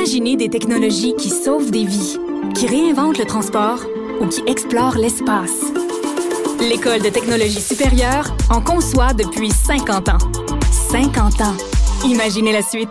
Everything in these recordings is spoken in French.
Imaginez des technologies qui sauvent des vies, qui réinventent le transport ou qui explorent l'espace. L'École de technologie supérieure en conçoit depuis 50 ans. 50 ans. Imaginez la suite.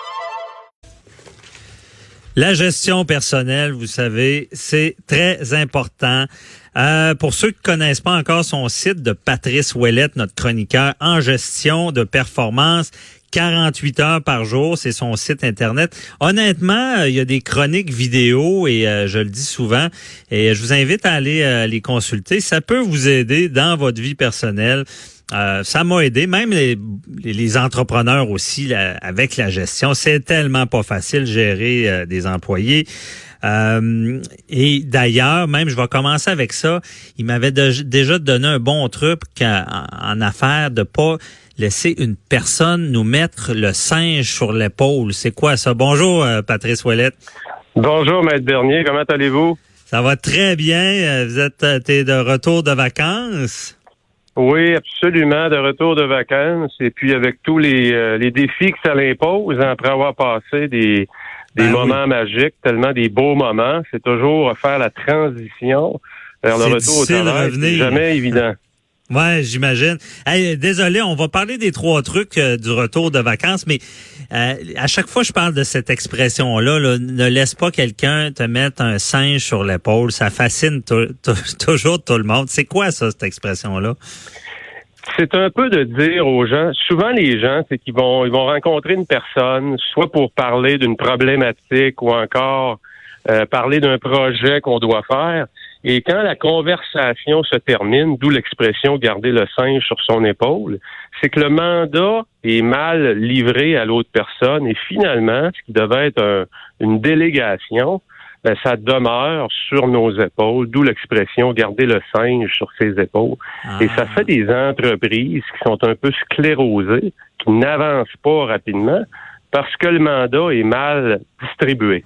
La gestion personnelle, vous savez, c'est très important. Pour ceux qui ne connaissent pas encore son site de Patrice Ouellette, notre chroniqueur en gestion de performance, 48 heures par jour, c'est son site Internet. Honnêtement, il y a des chroniques vidéo et je le dis souvent, et je vous invite à aller les consulter. Ça peut vous aider dans votre vie personnelle. Ça m'a aidé, même les entrepreneurs aussi, avec la gestion. C'est tellement pas facile de gérer des employés. Et d'ailleurs, même, je vais commencer avec ça. Il m'avait déjà donné un bon truc en affaire de pas laisser une personne nous mettre le singe sur l'épaule. C'est quoi ça? Bonjour, Patrice Ouellette. Bonjour, Maître Bernier. Comment allez-vous? Ça va très bien. T'es de retour de vacances? Oui, absolument, de retour de vacances. Et puis avec tous les défis que ça l'impose, après avoir passé des moments magiques, tellement des beaux moments, c'est toujours faire la transition vers le retour au travail. C'est jamais évident. Ouais, j'imagine. Hey, désolé, on va parler des 3 trucs du retour de vacances, mais à chaque fois que je parle de cette expression-là, ne laisse pas quelqu'un te mettre un singe sur l'épaule. Ça fascine toujours tout le monde. C'est quoi ça, cette expression-là? C'est un peu de dire aux gens, souvent les gens, c'est qu'ils vont rencontrer une personne, soit pour parler d'une problématique ou encore parler d'un projet qu'on doit faire. Et quand la conversation se termine, d'où l'expression « garder le singe sur son épaule », c'est que le mandat est mal livré à l'autre personne et finalement, ce qui devait être une délégation, ça demeure sur nos épaules, d'où l'expression « garder le singe sur ses épaules ». Et ça fait des entreprises qui sont un peu sclérosées, qui n'avancent pas rapidement parce que le mandat est mal distribué.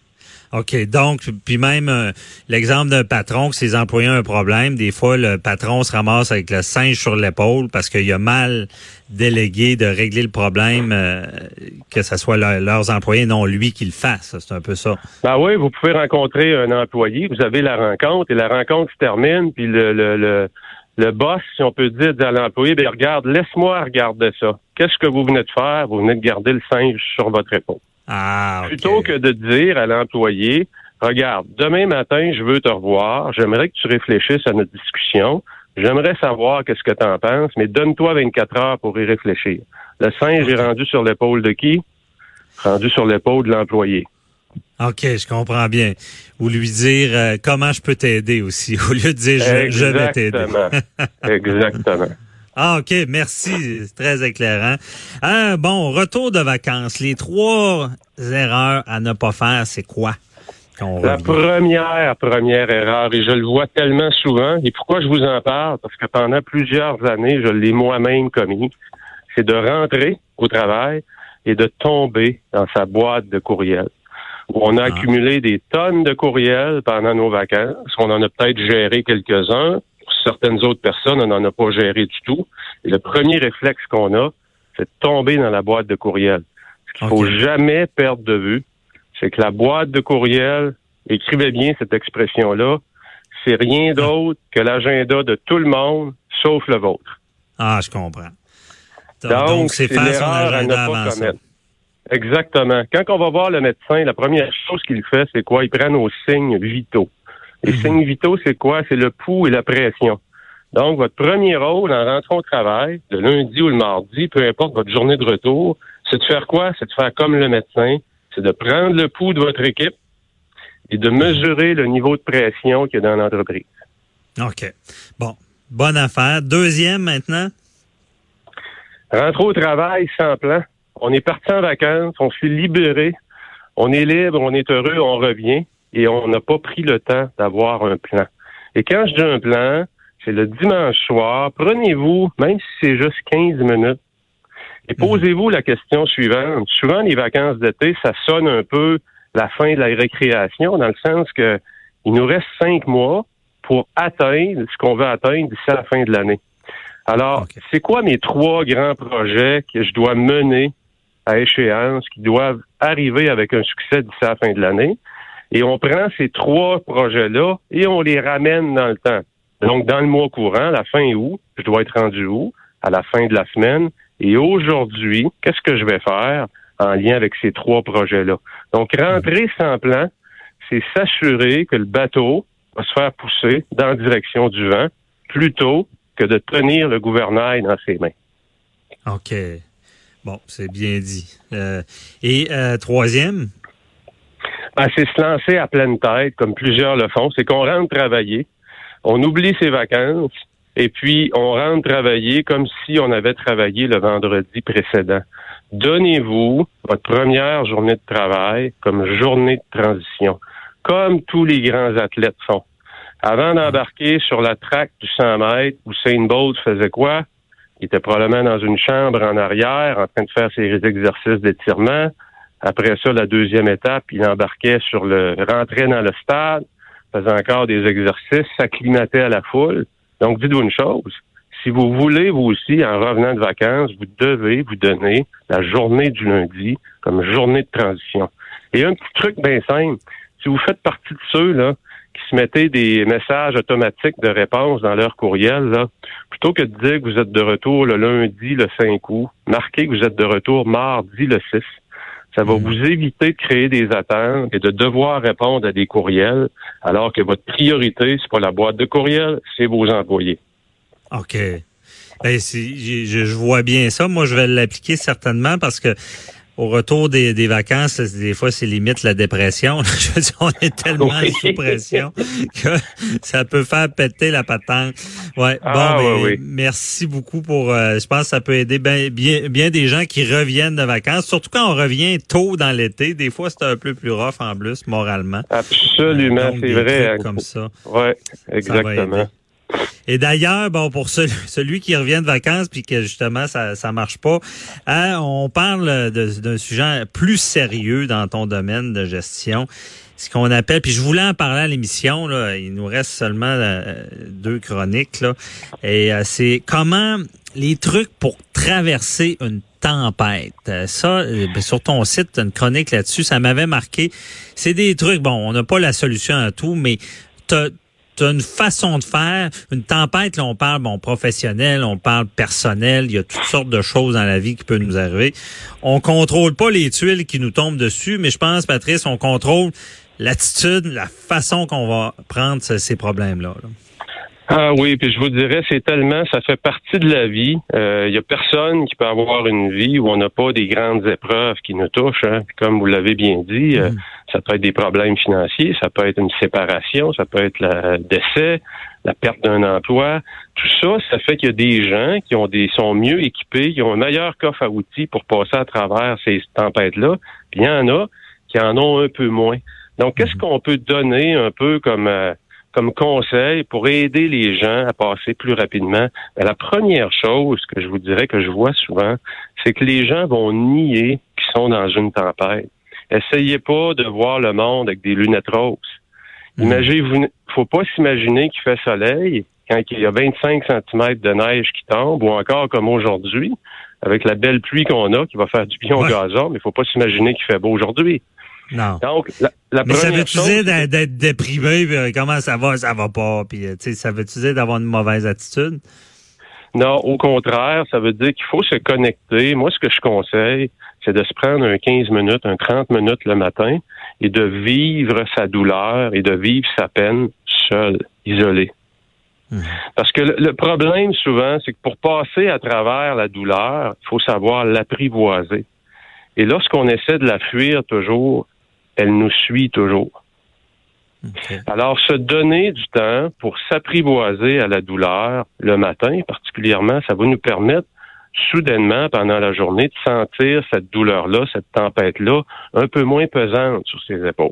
OK, donc, puis même l'exemple d'un patron, que ses employés ont un problème, des fois, le patron se ramasse avec le singe sur l'épaule parce qu'il a mal délégué de régler le problème, que ce soit leurs employés, non lui qui le fasse. C'est un peu ça. Ben oui, vous pouvez rencontrer un employé, vous avez la rencontre, et la rencontre se termine, puis le boss, si on peut dire à l'employé, ben regarde, laisse-moi regarder ça. Qu'est-ce que vous venez de faire? Vous venez de garder le singe sur votre épaule. Okay. Plutôt que de dire à l'employé, regarde, demain matin, je veux te revoir, j'aimerais que tu réfléchisses à notre discussion, j'aimerais savoir qu'est-ce que tu en penses, mais donne-toi 24 heures pour y réfléchir. Le singe est rendu sur l'épaule de qui? Rendu sur l'épaule de l'employé. OK, je comprends bien. Ou lui dire comment je peux t'aider aussi, au lieu de dire je vais t'aider. Exactement. Ah, OK, merci. C'est très éclairant. Bon, retour de vacances. Les 3 erreurs à ne pas faire, c'est quoi? La première erreur, et je le vois tellement souvent, et pourquoi je vous en parle? Parce que pendant plusieurs années, je l'ai moi-même commis, c'est de rentrer au travail et de tomber dans sa boîte de courriel. On a accumulé des tonnes de courriels pendant nos vacances. On en a peut-être géré quelques-uns. Pour certaines autres personnes, on n'en a pas géré du tout. Et le premier réflexe qu'on a, c'est de tomber dans la boîte de courriel. Ce qu'il faut jamais perdre de vue, c'est que la boîte de courriel, écrivez bien cette expression-là, c'est rien d'autre que l'agenda de tout le monde, sauf le vôtre. Ah, je comprends. Donc c'est faire son agenda avant ça. Exactement. Quand on va voir le médecin, la première chose qu'il fait, c'est quoi? Il prend nos signes vitaux. Les signes vitaux, c'est quoi? C'est le pouls et la pression. Donc, votre premier rôle en rentrant au travail, le lundi ou le mardi, peu importe votre journée de retour, c'est de faire quoi? C'est de faire comme le médecin. C'est de prendre le pouls de votre équipe et de mesurer le niveau de pression qu'il y a dans l'entreprise. OK. Bon. Bonne affaire. Deuxième, maintenant? Rentrer au travail sans plan. On est parti en vacances, on s'est libéré, on est libre, on est heureux, on revient et on n'a pas pris le temps d'avoir un plan. Et quand je dis un plan, c'est le dimanche soir, prenez-vous, même si c'est juste 15 minutes, et posez-vous la question suivante. Souvent, les vacances d'été, ça sonne un peu la fin de la récréation, dans le sens que il nous reste 5 mois pour atteindre ce qu'on veut atteindre d'ici à la fin de l'année. Alors, c'est quoi mes 3 grands projets que je dois mener à échéance, qui doivent arriver avec un succès d'ici à la fin de l'année. Et on prend ces 3 projets-là et on les ramène dans le temps. Donc, dans le mois courant, la fin août, je dois être rendu où? À la fin de la semaine. Et aujourd'hui, qu'est-ce que je vais faire en lien avec ces 3 projets-là? Donc, rentrer sans plan, c'est s'assurer que le bateau va se faire pousser dans la direction du vent plutôt que de tenir le gouvernail dans ses mains. OK. Bon, c'est bien dit. Et troisième? C'est se lancer à pleine tête, comme plusieurs le font. C'est qu'on rentre travailler, on oublie ses vacances, et puis on rentre travailler comme si on avait travaillé le vendredi précédent. Donnez-vous votre première journée de travail comme journée de transition, comme tous les grands athlètes font. Avant d'embarquer sur la track du 100 mètres, Usain Bolt faisait quoi? Il était probablement dans une chambre en arrière, en train de faire ses exercices d'étirement. Après ça, la deuxième étape, il embarquait rentrait dans le stade, faisait encore des exercices, s'acclimatait à la foule. Donc, dites-vous une chose. Si vous voulez, vous aussi, en revenant de vacances, vous devez vous donner la journée du lundi comme journée de transition. Et un petit truc bien simple. Si vous faites partie de ceux, là, qui se mettaient des messages automatiques de réponse dans leur courriel, là, plutôt que de dire que vous êtes de retour le lundi, le 5 août, marquez que vous êtes de retour mardi, le 6. Ça va vous éviter de créer des attentes et de devoir répondre à des courriels, alors que votre priorité, c'est pas la boîte de courriel, c'est vos employés. OK. Ben, je vois bien ça. Moi, je vais l'appliquer certainement parce que au retour des vacances, des fois, c'est limite la dépression. Je veux dire, on est tellement sous pression que ça peut faire péter la patente. Ouais. Oui. Merci beaucoup pour. Je pense que ça peut aider bien des gens qui reviennent de vacances, surtout quand on revient tôt dans l'été. Des fois, c'est un peu plus rough en plus, moralement. Absolument, donc, c'est vrai. Comme ça. Ouais, exactement. Et d'ailleurs, bon, pour celui qui revient de vacances puis que justement ça marche pas, on parle d'un sujet plus sérieux dans ton domaine de gestion, ce qu'on appelle, puis je voulais en parler à l'émission, là, il nous reste seulement 2 chroniques, là, et c'est comment les trucs pour traverser une tempête. Ça, sur ton site, tu as une chronique là-dessus, ça m'avait marqué. C'est des trucs, bon, on n'a pas la solution à tout, mais t'as une façon de faire. Une tempête, là, on parle professionnel, on parle personnel. Il y a toutes sortes de choses dans la vie qui peuvent nous arriver. On contrôle pas les tuiles qui nous tombent dessus, mais je pense, Patrice, on contrôle l'attitude, la façon qu'on va prendre ces problèmes-là. Ah oui, puis je vous dirais, ça fait partie de la vie. Il y a personne qui peut avoir une vie où on n'a pas des grandes épreuves qui nous touchent. Hein. Puis comme vous l'avez bien dit, ça peut être des problèmes financiers, ça peut être une séparation, ça peut être le décès, la perte d'un emploi. Tout ça fait qu'il y a des gens qui sont mieux équipés, qui ont un meilleur coffre à outils pour passer à travers ces tempêtes-là. Puis il y en a qui en ont un peu moins. Donc, qu'est-ce qu'on peut donner un peu comme conseil pour aider les gens à passer plus rapidement? La première chose que je vous dirais que je vois souvent, c'est que les gens vont nier qu'ils sont dans une tempête. Essayez pas de voir le monde avec des lunettes roses. Imaginez, faut pas s'imaginer qu'il fait soleil quand il y a 25 cm de neige qui tombe, ou encore comme aujourd'hui, avec la belle pluie qu'on a, qui va faire du bien au gazon, mais il faut pas s'imaginer qu'il fait beau aujourd'hui. Non. Donc, la mais ça première veut-tu dire d'être déprimé, puis comment ça va pas, puis ça veut-tu dire d'avoir une mauvaise attitude? Non, au contraire, ça veut dire qu'il faut se connecter. Moi, ce que je conseille, c'est de se prendre un 15 minutes, un 30 minutes le matin et de vivre sa douleur et de vivre sa peine seul, isolé. Parce que le problème, souvent, c'est que pour passer à travers la douleur, il faut savoir l'apprivoiser. Et lorsqu'on essaie de la fuir toujours, elle nous suit toujours. Okay. Alors, se donner du temps pour s'apprivoiser à la douleur le matin, particulièrement, ça va nous permettre soudainement, pendant la journée, de sentir cette douleur-là, cette tempête-là, un peu moins pesante sur ses épaules.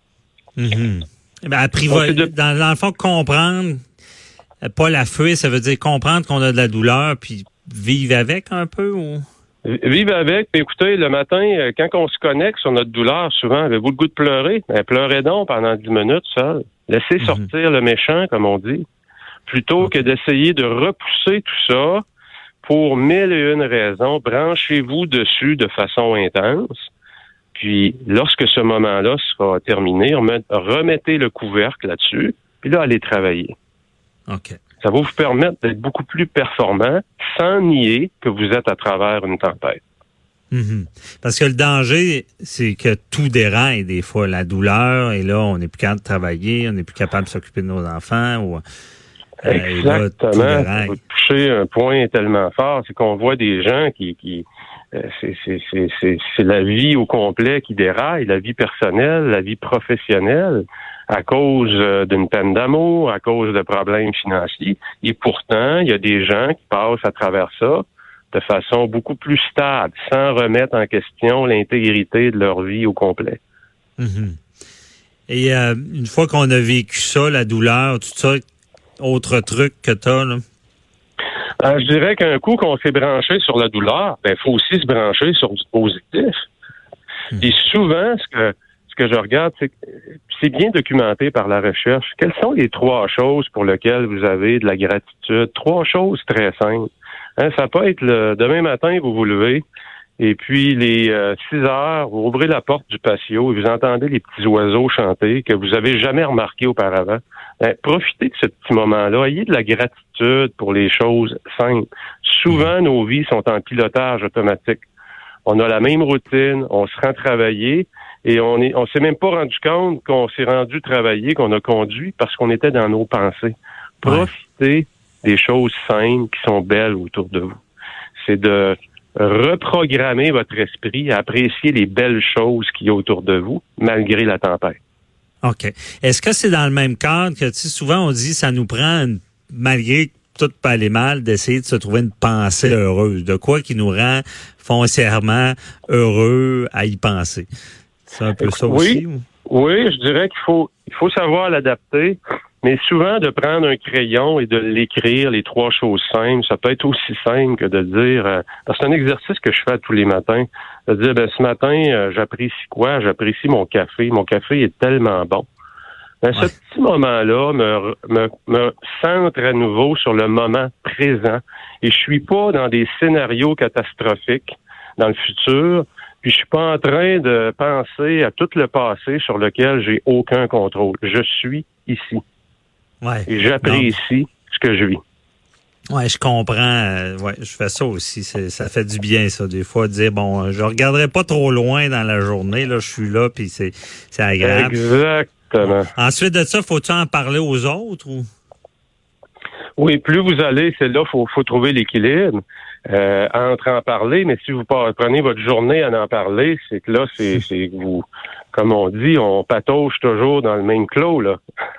Dans le fond, comprendre, pas la fuir, ça veut dire comprendre qu'on a de la douleur, puis vivre avec un peu, ou... Vivre avec, puis écoutez, le matin, quand on se connecte sur notre douleur, souvent, avez-vous le goût de pleurer? Pleurez donc pendant 10 minutes seul. Laissez sortir le méchant, comme on dit, plutôt que d'essayer de repousser tout ça pour 1001 raisons. Branchez-vous dessus de façon intense. Puis, lorsque ce moment-là sera terminé, remettez le couvercle là-dessus, puis là, allez travailler. OK. Ça va vous permettre d'être beaucoup plus performant sans nier que vous êtes à travers une tempête. Mm-hmm. Parce que le danger, c'est que tout déraille des fois. La douleur, et là, on n'est plus capable de travailler, on n'est plus capable de s'occuper de nos enfants. Exactement. Là, vous touchez un point tellement fort, c'est qu'on voit des gens c'est la vie au complet qui déraille, la vie personnelle, la vie professionnelle, à cause d'une peine d'amour, à cause de problèmes financiers. Et pourtant, il y a des gens qui passent à travers ça de façon beaucoup plus stable, sans remettre en question l'intégrité de leur vie au complet. Mm-hmm. Et une fois qu'on a vécu ça, la douleur, tout ça, autre truc que t'as, là? Je dirais qu'un coup qu'on s'est branché sur la douleur, il faut aussi se brancher sur du positif. Et souvent, ce que je regarde, c'est que c'est bien documenté par la recherche. Quelles sont les 3 choses pour lesquelles vous avez de la gratitude? 3 choses très simples. Ça peut être demain matin, vous vous levez, et puis les 6 heures, vous ouvrez la porte du patio et vous entendez les petits oiseaux chanter que vous avez jamais remarqué auparavant. Profitez de ce petit moment-là. Ayez de la gratitude pour les choses simples. Souvent, nos vies sont en pilotage automatique. On a la même routine, on se rend travailler et on s'est même pas rendu compte qu'on s'est rendu travailler, qu'on a conduit parce qu'on était dans nos pensées. Profitez des choses simples qui sont belles autour de vous. C'est de reprogrammer votre esprit à apprécier les belles choses qu'il y a autour de vous, malgré la tempête. OK. Est-ce que c'est dans le même cadre que, souvent on dit ça nous prend, malgré que tout peut aller mal, d'essayer de se trouver une pensée heureuse, de quoi qui nous rend foncièrement heureux à y penser? C'est un peu ça aussi? Oui, je dirais qu'il faut savoir l'adapter, mais souvent de prendre un crayon et de l'écrire, les 3 choses simples, ça peut être aussi simple que de dire, parce que c'est un exercice que je fais tous les matins, de dire, ce matin, j'apprécie quoi? J'apprécie mon café. Mon café est tellement bon. Ce petit moment-là me centre à nouveau sur le moment présent et je suis pas dans des scénarios catastrophiques dans le futur. Puis je suis pas en train de penser à tout le passé sur lequel j'ai aucun contrôle. Je suis ici. Et j'apprécie ce que je vis. Ouais, je comprends. Je fais ça aussi. Ça fait du bien, ça, des fois, de dire, bon, je regarderai pas trop loin dans la journée. Là, je suis là, puis c'est agréable. Exactement. Ensuite de ça, faut-tu en parler aux autres? Ou? Oui, plus vous allez, c'est là, faut trouver l'équilibre. Entre en parler, mais si vous prenez votre journée à en parler, c'est que là, c'est vous, comme on dit, on patauge toujours dans le même clos, là.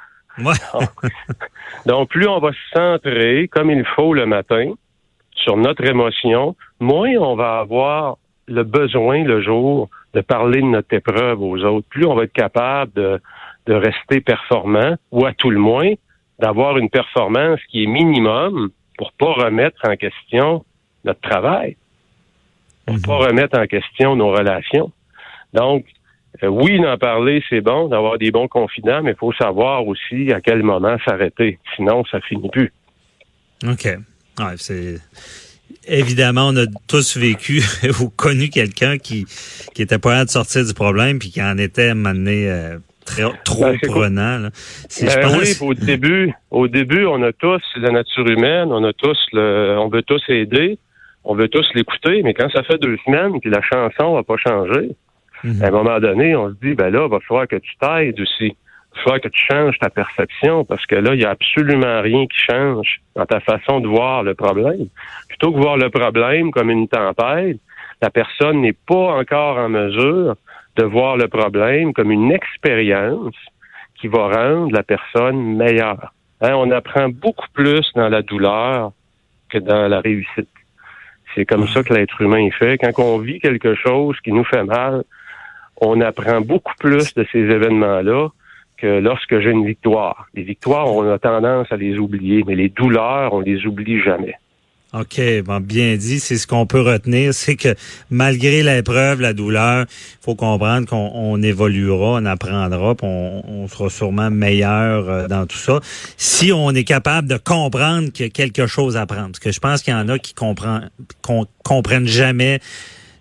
Donc, plus on va se centrer comme il faut le matin sur notre émotion, moins on va avoir le besoin le jour de parler de notre épreuve aux autres. Plus on va être capable de rester performant, ou à tout le moins, d'avoir une performance qui est minimum pour pas remettre en question notre travail, pour pas remettre en question nos relations. Donc, oui, d'en parler, c'est bon, d'avoir des bons confidents, mais il faut savoir aussi à quel moment s'arrêter. Sinon, ça finit plus. OK. C'est... Évidemment, on a tous vécu ou connu quelqu'un qui était pas capable de sortir du problème puis qui en était amené trop prenant. Là. Oui, au début, on a tous la nature humaine, on veut tous aider, on veut tous l'écouter, mais quand ça fait 2 semaines que la chanson n'a pas changé, à un moment donné, on se dit, là, il va falloir que tu t'aides aussi. Il va falloir que tu changes ta perception parce que là, il n'y a absolument rien qui change dans ta façon de voir le problème. Plutôt que voir le problème comme une tempête, la personne n'est pas encore en mesure de voir le problème comme une expérience qui va rendre la personne meilleure. On apprend beaucoup plus dans la douleur que dans la réussite. C'est comme ça que l'être humain est fait. Quand on vit quelque chose qui nous fait mal, on apprend beaucoup plus de ces événements-là que lorsque j'ai une victoire. Les victoires, on a tendance à les oublier, mais les douleurs, on les oublie jamais. OK, bien dit. C'est ce qu'on peut retenir, c'est que malgré l'épreuve, la douleur, il faut comprendre qu'on évoluera, on apprendra, puis on sera sûrement meilleur dans tout ça. Si on est capable de comprendre qu'il y a quelque chose à apprendre, parce que je pense qu'il y en a qui comprennent jamais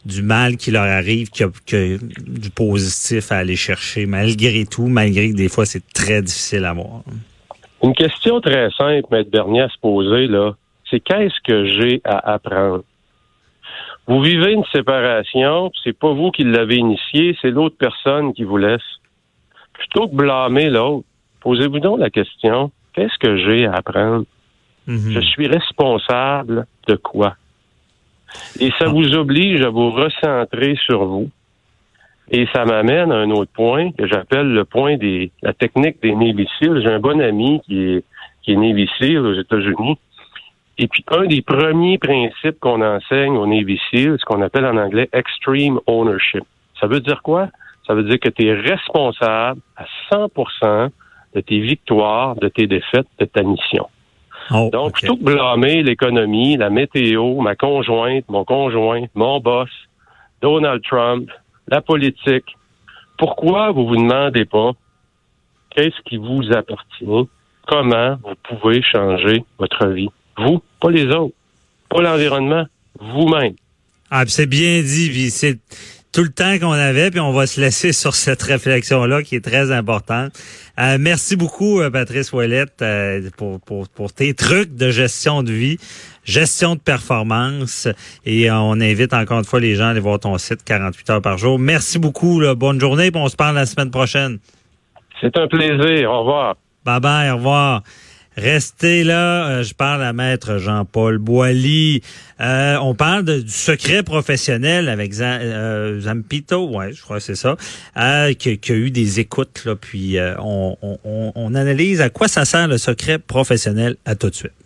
du mal qui leur arrive que du positif à aller chercher, malgré tout, malgré que des fois, c'est très difficile à voir. Une question très simple, Maître Bernier, à se poser, là, c'est qu'est-ce que j'ai à apprendre? Vous vivez une séparation, c'est pas vous qui l'avez initiée, c'est l'autre personne qui vous laisse. Plutôt que blâmer l'autre, posez-vous donc la question, qu'est-ce que j'ai à apprendre? Je suis responsable de quoi? Et ça vous oblige à vous recentrer sur vous. Et ça m'amène à un autre point que j'appelle le point la technique des Navy Seals. J'ai un bon ami qui est Navy Seal aux États-Unis. Et puis, un des premiers principes qu'on enseigne au Navy Seal, ce qu'on appelle en anglais Extreme Ownership. Ça veut dire quoi? Ça veut dire que tu es responsable à 100% de tes victoires, de tes défaites, de ta mission. Donc, plutôt que blâmer l'économie, la météo, ma conjointe, mon conjoint, mon boss, Donald Trump, la politique, pourquoi vous vous demandez pas qu'est-ce qui vous appartient? Comment vous pouvez changer votre vie? Vous, pas les autres, pas l'environnement, vous-même. Ah, puis c'est bien dit, puis c'est tout le temps qu'on avait, puis on va se laisser sur cette réflexion-là qui est très importante. Merci beaucoup, Patrice Ouellette, pour tes trucs de gestion de vie, gestion de performance, et on invite encore une fois les gens à aller voir ton site 48 heures par jour. Merci beaucoup, là. Bonne journée, puis on se parle la semaine prochaine. C'est un plaisir. Au revoir. Bye-bye, au revoir. Restez là, je parle à Maître Jean-Paul Boily. On parle du secret professionnel avec Zampito, ouais, je crois que c'est ça, qui a eu des écoutes, là, puis on analyse à quoi ça sert le secret professionnel. À tout de suite.